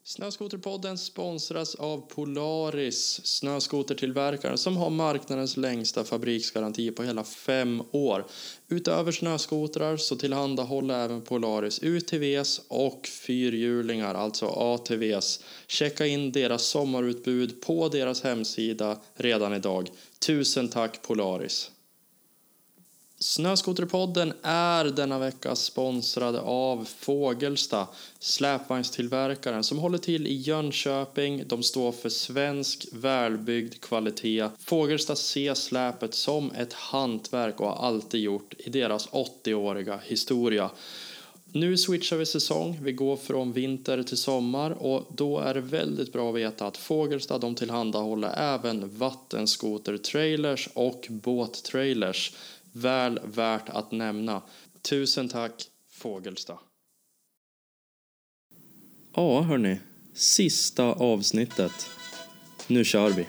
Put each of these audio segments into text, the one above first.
Snöskoterpodden sponsras av Polaris, snöskotertillverkaren som har marknadens längsta fabriksgaranti på hela 5 år. Utöver snöskotrar så tillhandahåller även Polaris UTVs och fyrhjulingar, alltså ATVs. Checka in deras sommarutbud på deras hemsida redan idag. Tusen tack Polaris! Snöskoterpodden är denna vecka sponsrad av Fågelsta, släpvagnstillverkaren som håller till i Jönköping. De står för svensk välbyggd kvalitet. Fågelsta ser släpet som ett hantverk och har alltid gjort i deras 80-åriga historia. Nu switchar vi säsong, vi går från vinter till sommar och då är det väldigt bra att veta att Fågelsta de tillhandahåller även vattenskotertrailers och båttrailers. Väl värt att nämna. Tusen tack Fågelsta. Ja hörni, sista avsnittet. Nu kör vi.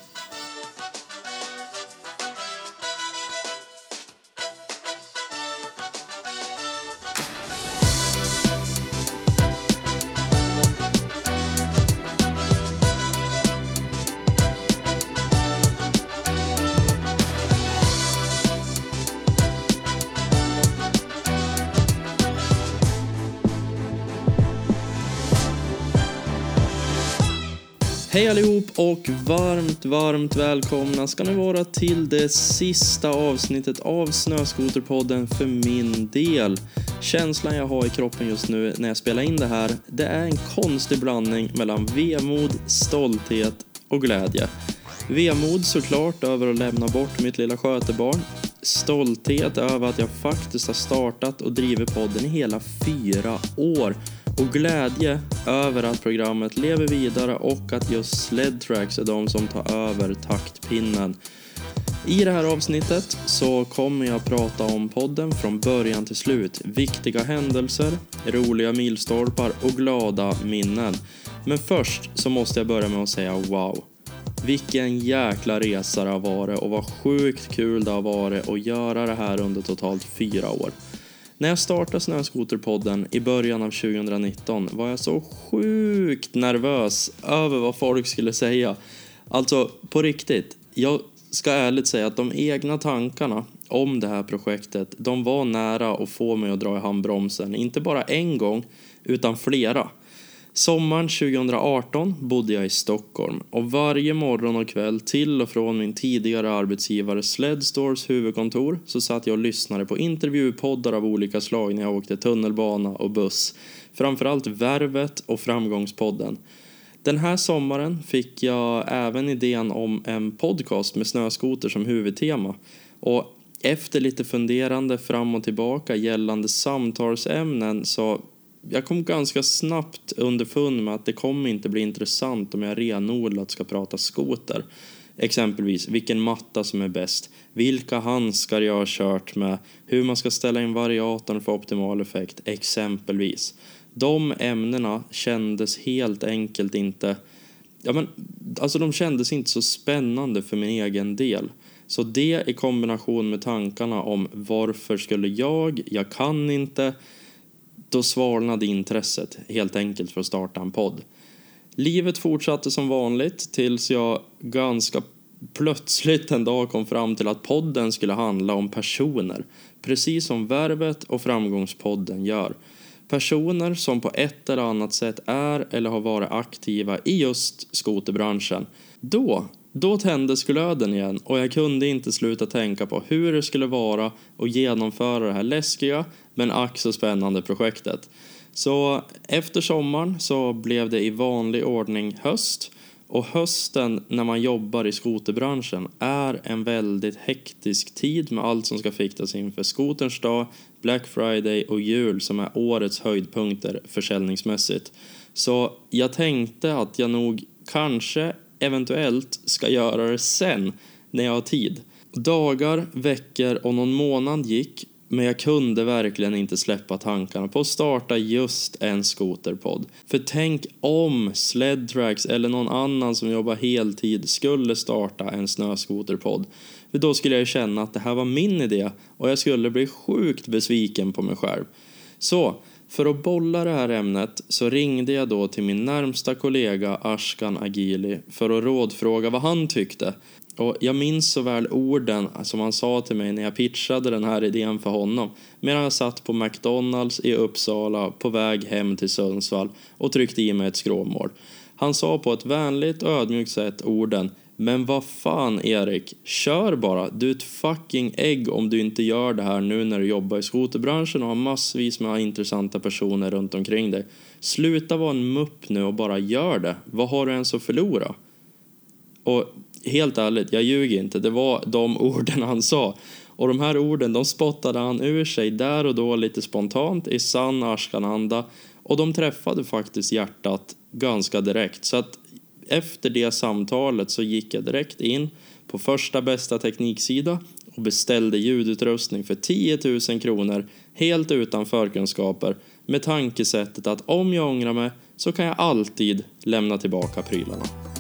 Hej allihop och varmt välkomna ska ni vara till det sista avsnittet av Snöskoterpodden för min del. Känslan jag har i kroppen just nu när jag spelar in det här, det är en konstig blandning mellan vemod, stolthet och glädje. Vemod såklart över att lämna bort mitt lilla skötebarn. Stolthet över att jag faktiskt har startat och drivit podden i hela 4 år. Och glädje över att programmet lever vidare och att just Sled Tracks är de som tar över taktpinnen. I det här avsnittet så kommer jag prata om podden från början till slut. Viktiga händelser, roliga milstolpar och glada minnen. Men först så måste jag börja med att säga wow. Vilken jäkla resa det har varit och vad sjukt kul det har varit att göra det här under totalt 4 år. När jag startade Snöskoterpodden i början av 2019 var jag så sjukt nervös över vad folk skulle säga. Alltså på riktigt, jag ska ärligt säga att de egna tankarna om det här projektet, de var nära att få mig att dra i handbromsen. Inte bara en gång utan flera. Sommaren 2018 bodde jag i Stockholm och varje morgon och kväll till och från min tidigare arbetsgivare Sledstores huvudkontor så satt jag och lyssnade på intervjupoddar av olika slag när jag åkte tunnelbana och buss. Framförallt Värvet och Framgångspodden. Den här sommaren fick jag även idén om en podcast med snöskoter som huvudtema. Och efter lite funderande fram och tillbaka gällande samtalsämnen så jag kom ganska snabbt underfund med att det kommer inte bli intressant om jag renodlat ska prata skoter. Exempelvis vilken matta som är bäst, vilka handskar jag har kört med, hur man ska ställa in variatorn för optimal effekt, exempelvis. De ämnena kändes helt enkelt inte, de kändes inte så spännande för min egen del. Så det i kombination med tankarna om varför skulle jag kan inte, då svalnade intresset helt enkelt för att starta en podd. Livet fortsatte som vanligt tills jag ganska plötsligt en dag kom fram till att podden skulle handla om personer. Precis som Värvet och Framgångspodden gör. Personer som på ett eller annat sätt är eller har varit aktiva i just skoterbranschen. Då tändes glöden igen och jag kunde inte sluta tänka på hur det skulle vara att genomföra det här läskiga men ack så spännande projektet. Så efter sommaren så blev det i vanlig ordning höst. Och hösten när man jobbar i skoterbranschen är en väldigt hektisk tid med allt som ska fiktas inför skoterns dag, Black Friday och jul som är årets höjdpunkter försäljningsmässigt. Så jag tänkte att jag nog kanske eventuellt ska göra det sen när jag har tid. Dagar, veckor och någon månad gick, men jag kunde verkligen inte släppa tankarna på att starta just en skoterpodd. För tänk om Sled Tracks eller någon annan som jobbar heltid skulle starta en snöskoterpodd. För då skulle jag känna att det här var min idé och jag skulle bli sjukt besviken på mig själv. Så För att bolla det här ämnet så ringde jag då till min närmsta kollega Ashkan Agili för att rådfråga vad han tyckte. Och jag minns så väl orden som han sa till mig när jag pitchade den här idén för honom. Medan jag satt på McDonalds i Uppsala på väg hem till Sundsvall och tryckte i mig ett skråmål. Han sa på ett vänligt och ödmjukt sätt orden: men vad fan Erik, kör bara, du är ett fucking ägg om du inte gör det här nu när du jobbar i skoterbranschen och har massvis med intressanta personer runt omkring dig. Sluta vara en mupp nu och bara gör det, vad har du ens att förlora? Och helt ärligt, jag ljuger inte, det var de orden han sa. Och de här orden, de spottade han ur sig där och då lite spontant i sann Ashkan-anda. Och de träffade faktiskt hjärtat ganska direkt. Så att efter det samtalet så gick jag direkt in på första bästa tekniksida och beställde ljudutrustning för 10 000 kronor helt utan förkunskaper, med tankesättet att om jag ångrar mig så kan jag alltid lämna tillbaka prylarna.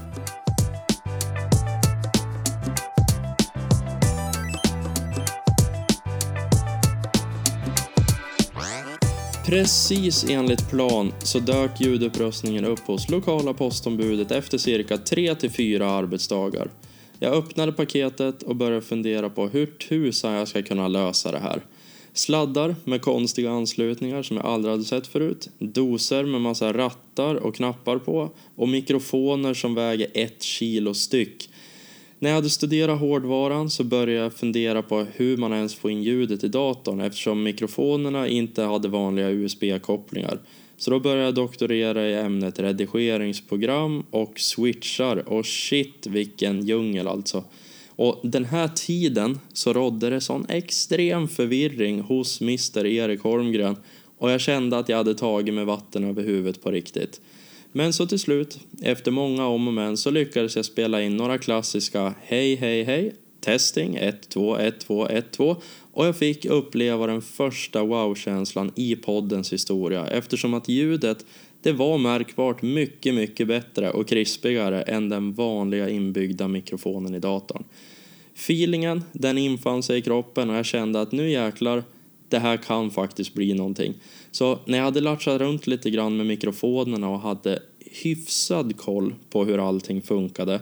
Precis enligt plan så dök ljudupprustningen upp hos lokala postombudet efter cirka 3-4 arbetsdagar. Jag öppnade paketet och började fundera på hur tusan jag ska kunna lösa det här. Sladdar med konstiga anslutningar som jag aldrig hade sett förut. Doser med massa rattar och knappar på. Och mikrofoner som väger 1 kilo styck. När jag hade studerat hårdvaran så började jag fundera på hur man ens får in ljudet i datorn eftersom mikrofonerna inte hade vanliga USB-kopplingar. Så då började jag doktorera i ämnet redigeringsprogram och switchar. Och shit, vilken djungel alltså. Och den här tiden så rådde det sån extrem förvirring hos Mr. Erik Holmgren. Och jag kände att jag hade tagit med vatten över huvudet på riktigt. Men så till slut, efter många om och men, så lyckades jag spela in några klassiska hej, hej, hej, testing, 1, 2, 1, 2, 1, 2. Och jag fick uppleva den första wow-känslan i poddens historia. Eftersom att ljudet, det var märkbart mycket, mycket bättre och krispigare än den vanliga inbyggda mikrofonen i datorn. Feelingen, den infann sig i kroppen och jag kände att nu jäklar, det här kan faktiskt bli någonting. Så när jag hade latchat runt lite grann med mikrofonerna och hade hyfsad koll på hur allting funkade,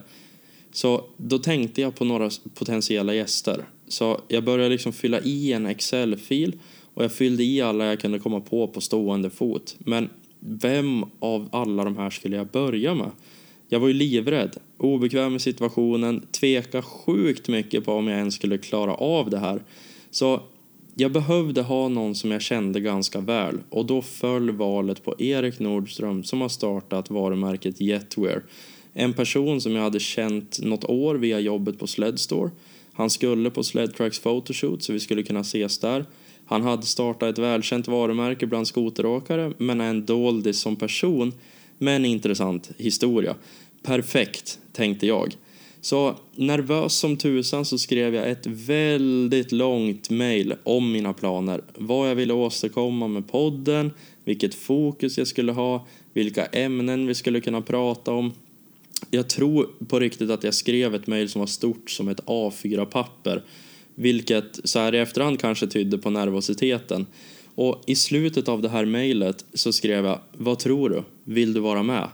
så då tänkte jag på några potentiella gäster. Så jag började liksom fylla i en Excel-fil och jag fyllde i alla jag kunde komma på stående fot. Men vem av alla de här skulle jag börja med? Jag var ju livrädd, obekväm med situationen, tveka sjukt mycket på om jag ens skulle klara av det här. Så jag behövde ha någon som jag kände ganska väl, och då föll valet på Erik Nordström som har startat varumärket Jetwear. En person som jag hade känt något år via jobbet på Sledstore. Han skulle på Sledtracks photoshoot så vi skulle kunna ses där. Han hade startat ett välkänt varumärke bland skoteråkare, men är en doldis som person med en intressant historia. Perfekt, tänkte jag. Så nervös som tusan så skrev jag ett väldigt långt mejl om mina planer. Vad jag ville åstadkomma med podden, vilket fokus jag skulle ha, vilka ämnen vi skulle kunna prata om. Jag tror på riktigt att jag skrev ett mejl som var stort som ett A4-papper. Vilket så här i efterhand kanske tydde på nervositeten. Och i slutet av det här mejlet så skrev jag: vad tror du? Vill du vara med?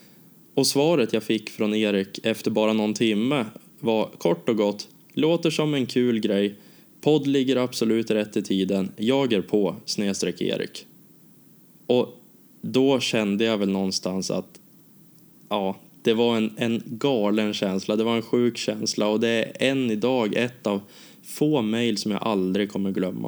Och svaret jag fick från Erik efter bara någon timme var kort och gott: låter som en kul grej. Podd ligger absolut rätt i tiden. Jag är på /Erik. Och då kände jag väl någonstans att ja, det var en galen känsla. Det var en sjuk känsla. Och det är än idag ett av få mejl som jag aldrig kommer glömma.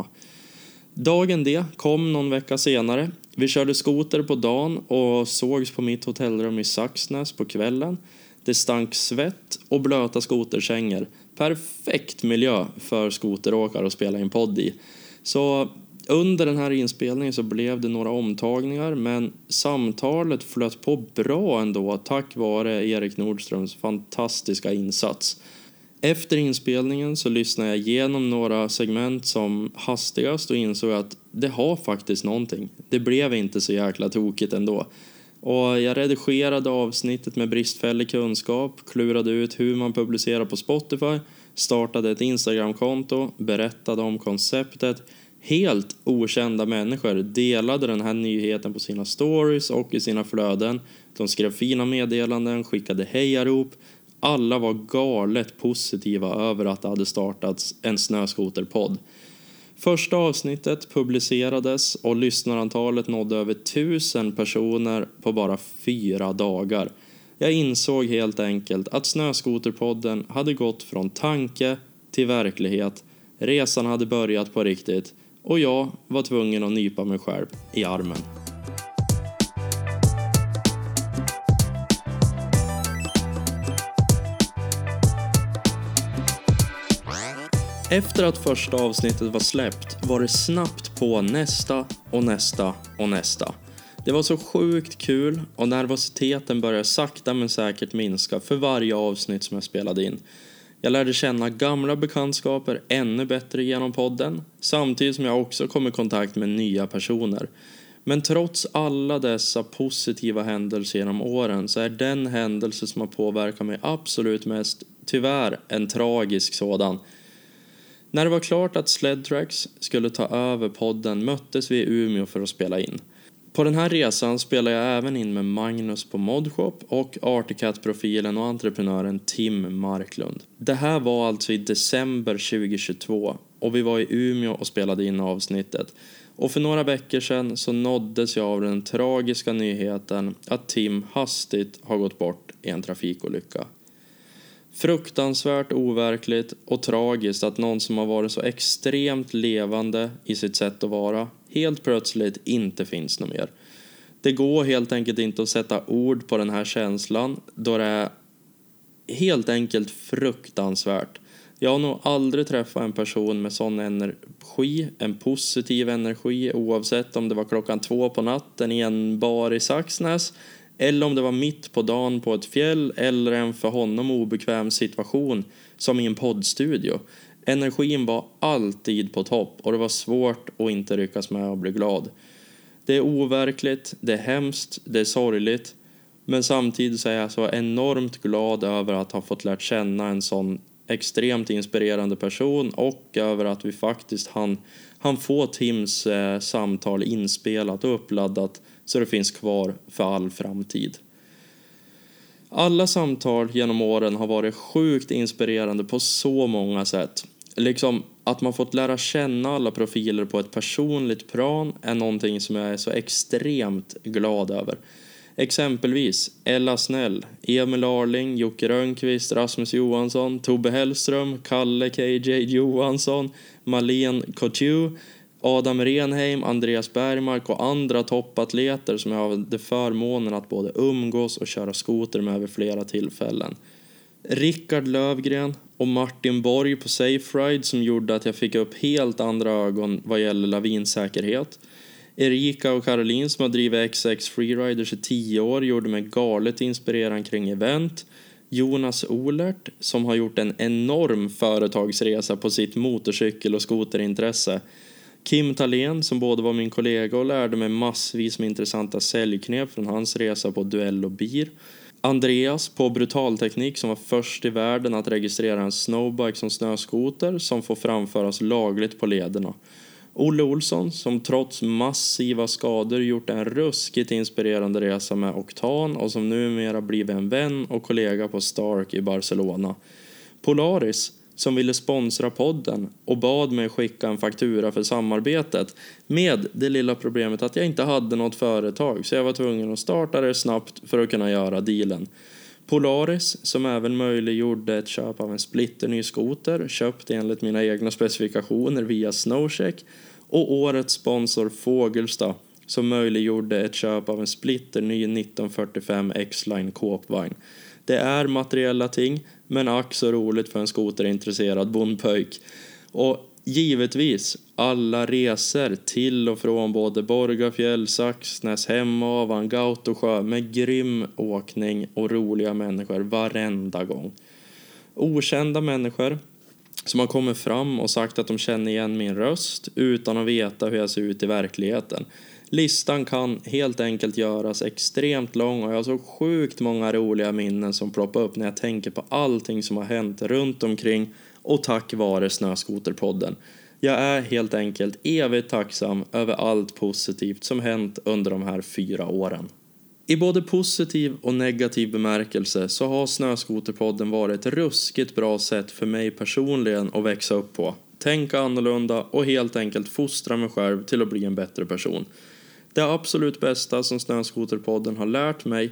Dagen det kom någon vecka senare. Vi körde skoter på dagen och sågs på mitt hotellrum i Saxnäs på kvällen. Det stank svett och blöta skoterkängor. Perfekt miljö för skoteråkare att spela in podd i. Så under den här inspelningen så blev det några omtagningar, men samtalet flöt på bra ändå tack vare Erik Nordströms fantastiska insats. Efter inspelningen så lyssnade jag igenom några segment som hastigast och insåg att det har faktiskt någonting. Det blev inte så jäkla tokigt ändå. Och jag redigerade avsnittet med bristfällig kunskap, klurade ut hur man publicerar på Spotify, startade ett Instagram-konto, berättade om konceptet, Helt okända människor delade den här nyheten på sina stories och i sina flöden. De skrev fina meddelanden, skickade hejarop. Alla var galet positiva över att det hade startats en snöskoterpodd. Första avsnittet publicerades och lyssnarantalet nådde över 1000 personer på bara 4 dagar. Jag insåg helt enkelt att Snöskoterpodden hade gått från tanke till verklighet. Resan hade börjat på riktigt och jag var tvungen att nypa mig själv i armen. Efter att första avsnittet var släppt var det snabbt på nästa och nästa och nästa. Det var så sjukt kul och nervositeten började sakta men säkert minska för varje avsnitt som jag spelade in. Jag lärde känna gamla bekantskaper ännu bättre genom podden, samtidigt som jag också kom i kontakt med nya personer. Men trots alla dessa positiva händelser genom åren så är den händelse som har påverkat mig absolut mest tyvärr en tragisk sådan. När det var klart att Sledtracks skulle ta över podden möttes vi i Umeå för att spela in. På den här resan spelade jag även in med Magnus på Modshop och Articat-profilen och entreprenören Tim Marklund. Det här var alltså i december 2022 och vi var i Umeå och spelade in avsnittet. Och för några veckor sedan så nåddes jag av den tragiska nyheten att Tim hastigt har gått bort i en trafikolycka. Fruktansvärt overkligt och tragiskt att någon som har varit så extremt levande i sitt sätt att vara helt plötsligt inte finns något mer. Det går helt enkelt inte att sätta ord på den här känslan då det är helt enkelt fruktansvärt. Jag har nog aldrig träffat en person med sån energi, en positiv energi, oavsett om det var 2:00 på natten i en bar i Saxnäs eller om det var mitt på dagen på ett fjäll eller en för honom obekväm situation som i en poddstudio. Energin var alltid på topp och det var svårt att inte ryckas med och bli glad. Det är overkligt, det är hemskt, det är sorgligt. Men samtidigt så är jag så enormt glad över att ha fått lärt känna en sån extremt inspirerande person och över att vi faktiskt han få Tims samtal inspelat och uppladdat så det finns kvar för all framtid. Alla samtal genom åren har varit sjukt inspirerande på så många sätt. Liksom att man fått lära känna alla profiler på ett personligt plan är någonting som jag är så extremt glad över. Exempelvis Ella Snäll, Emil Arling, Jocke Rönnqvist, Rasmus Johansson, Tobbe Hellström, Kalle KJ Johansson, Malene Couture, Adam Renheim, Andreas Bergmark och andra toppatleter som jag hade förmånen att både umgås och köra skoter med vid flera tillfällen. Rickard Lövgren och Martin Borg på Safe Ride som gjorde att jag fick upp helt andra ögon vad gäller lavinsäkerhet. Erika och Caroline som har drivit XX Freeriders i 10 år gjorde mig galet inspirerande kring event. Jonas Olert som har gjort en enorm företagsresa på sitt motorcykel- och skoterintresse. Kim Thalén som både var min kollega och lärde mig massvis med intressanta säljknep från hans resa på Duell och Bir. Andreas på Brutalteknik som var först i världen att registrera en snowbike som snöskoter som får framföras lagligt på lederna. Olle Olsson som trots massiva skador gjort en ruskigt inspirerande resa med Oktan och som numera blivit en vän och kollega på Stark i Barcelona. Polaris som ville sponsra podden och bad mig skicka en faktura för samarbetet med det lilla problemet att jag inte hade något företag så jag var tvungen att starta det snabbt för att kunna göra dealen. Polaris som även möjliggjorde ett köp av en splitterny skoter köpt enligt mina egna specifikationer via Snowcheck och årets sponsor Fågelsta som möjliggjorde ett köp av en splitterny 1945 X-Line kåpvagn. Det är materiella ting men ack så roligt för en skoterintresserad bondpöjk. Och givetvis alla resor till och från både Borgafjäll, Saxnäs, Hemavan, Gautosjö med grym åkning och roliga människor varenda gång. Okända människor som har kommit fram och sagt att de känner igen min röst utan att veta hur jag ser ut i verkligheten. Listan kan helt enkelt göras extremt lång och jag har så sjukt många roliga minnen som ploppar upp när jag tänker på allting som har hänt runt omkring och tack vare Snöskoterpodden. Jag är helt enkelt evigt tacksam över allt positivt som hänt under de här 4 åren. I både positiv och negativ bemärkelse så har Snöskoterpodden varit ett ruskigt bra sätt för mig personligen att växa upp på. Tänka annorlunda och helt enkelt fostra mig själv till att bli en bättre person. Det absolut bästa som Snöskoterpodden har lärt mig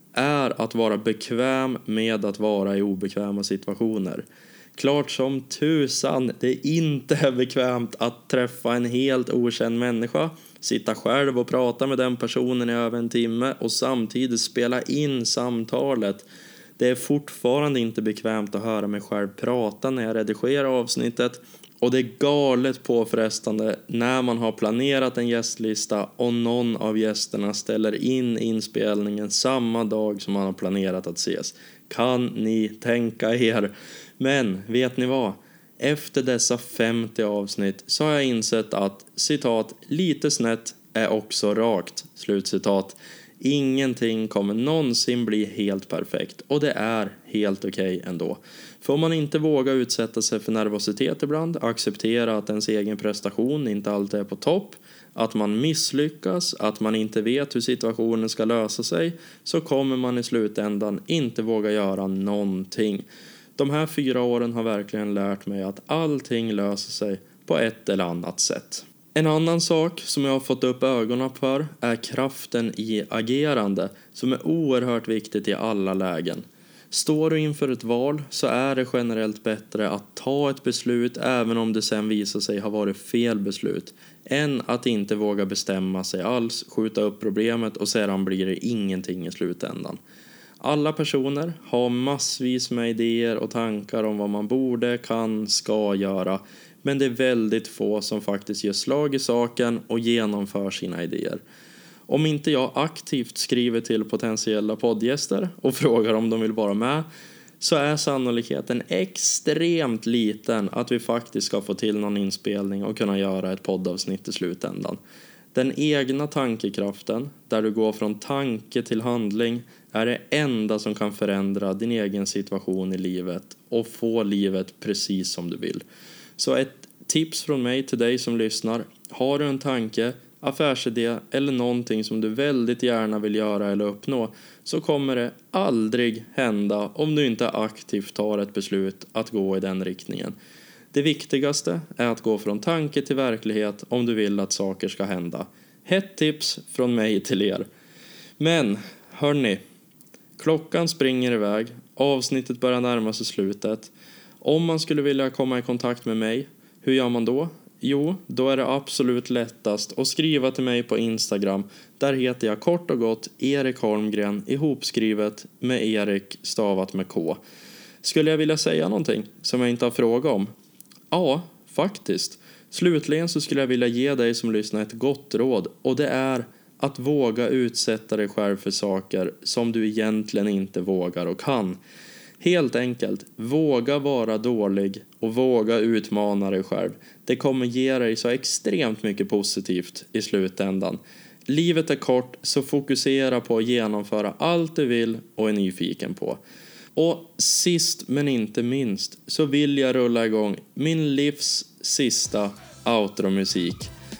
är att vara bekväm med att vara i obekväma situationer. Klart som tusan det inte är bekvämt att träffa en helt okänd människa, sitta själv och prata med den personen i över en timme och samtidigt spela in samtalet. Det är fortfarande inte bekvämt att höra mig själv prata när jag redigerar avsnittet. Och det är galet påfrestande när man har planerat en gästlista och någon av gästerna ställer in inspelningen samma dag som man har planerat att ses. Kan ni tänka er? Men vet ni vad? Efter dessa 50 avsnitt så har jag insett att, citat, lite snett är också rakt, slutcitat. Ingenting kommer någonsin bli helt perfekt och det är helt okej ändå. Får man inte våga utsätta sig för nervositet ibland, acceptera att ens egen prestation inte alltid är på topp, att man misslyckas, att man inte vet hur situationen ska lösa sig, så kommer man i slutändan inte våga göra någonting. De här 4 åren har verkligen lärt mig att allting löser sig på ett eller annat sätt. En annan sak som jag har fått upp ögonen för är kraften i agerande som är oerhört viktigt i alla lägen. Står du inför ett val så är det generellt bättre att ta ett beslut även om det sen visar sig ha varit fel beslut än att inte våga bestämma sig alls, skjuta upp problemet och sedan blir det ingenting i slutändan. Alla personer har massvis med idéer och tankar om vad man borde, kan, ska göra. Men det är väldigt få som faktiskt gör slag i saken och genomför sina idéer. Om inte jag aktivt skriver till potentiella poddgäster och frågar om de vill vara med, så är sannolikheten extremt liten att vi faktiskt ska få till någon inspelning och kunna göra ett poddavsnitt i slutändan. Den egna tankekraften, där du går från tanke till handling, är det enda som kan förändra din egen situation i livet och få livet precis som du vill. Så ett tips från mig till dig som lyssnar: har du en tanke, affärsidé eller någonting som du väldigt gärna vill göra eller uppnå, så kommer det aldrig hända om du inte aktivt tar ett beslut att gå i den riktningen. Det viktigaste är att gå från tanke till verklighet om du vill att saker ska hända. Ett tips från mig till er. Men hörni, klockan springer iväg, avsnittet börjar närma sig slutet. Om man skulle vilja komma i kontakt med mig, hur gör man då? Jo, då är det absolut lättast att skriva till mig på Instagram. Där heter jag kort och gott Erik Holmgren, ihopskrivet med Erik stavat med K. Skulle jag vilja säga någonting som jag inte har frågat om? Ja, faktiskt. Slutligen så skulle jag vilja ge dig som lyssnar ett gott råd, och det är att våga utsätta dig själv för saker som du egentligen inte vågar och kan. Helt enkelt, våga vara dålig och våga utmana dig själv. Det kommer ge dig så extremt mycket positivt i slutändan. Livet är kort, så fokusera på att genomföra allt du vill och är nyfiken på. Och sist men inte minst så vill jag rulla igång min livs sista outro-musik.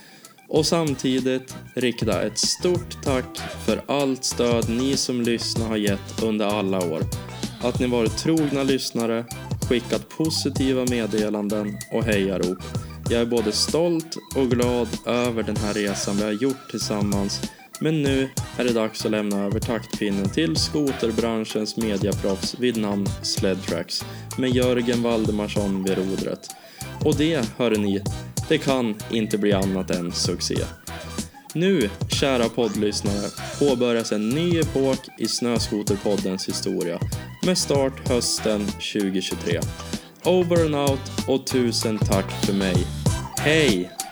Och samtidigt rikta ett stort tack för allt stöd ni som lyssnar har gett under alla år. Att ni varit trogna lyssnare, skickat positiva meddelanden och hejarop. Jag är både stolt och glad över den här resan vi har gjort tillsammans. Men nu är det dags att lämna över taktpinnen till skoterbranschens mediaproffs vid namn Sledtracks med Jörgen Valdemarsson vid rodret. Och det, hör ni, det kan inte bli annat än succé. Nu, kära poddlyssnare, påbörjas en ny epok i Snöskoterpoddens historia med start hösten 2023. Over and out och tusen tack för mig. Hej!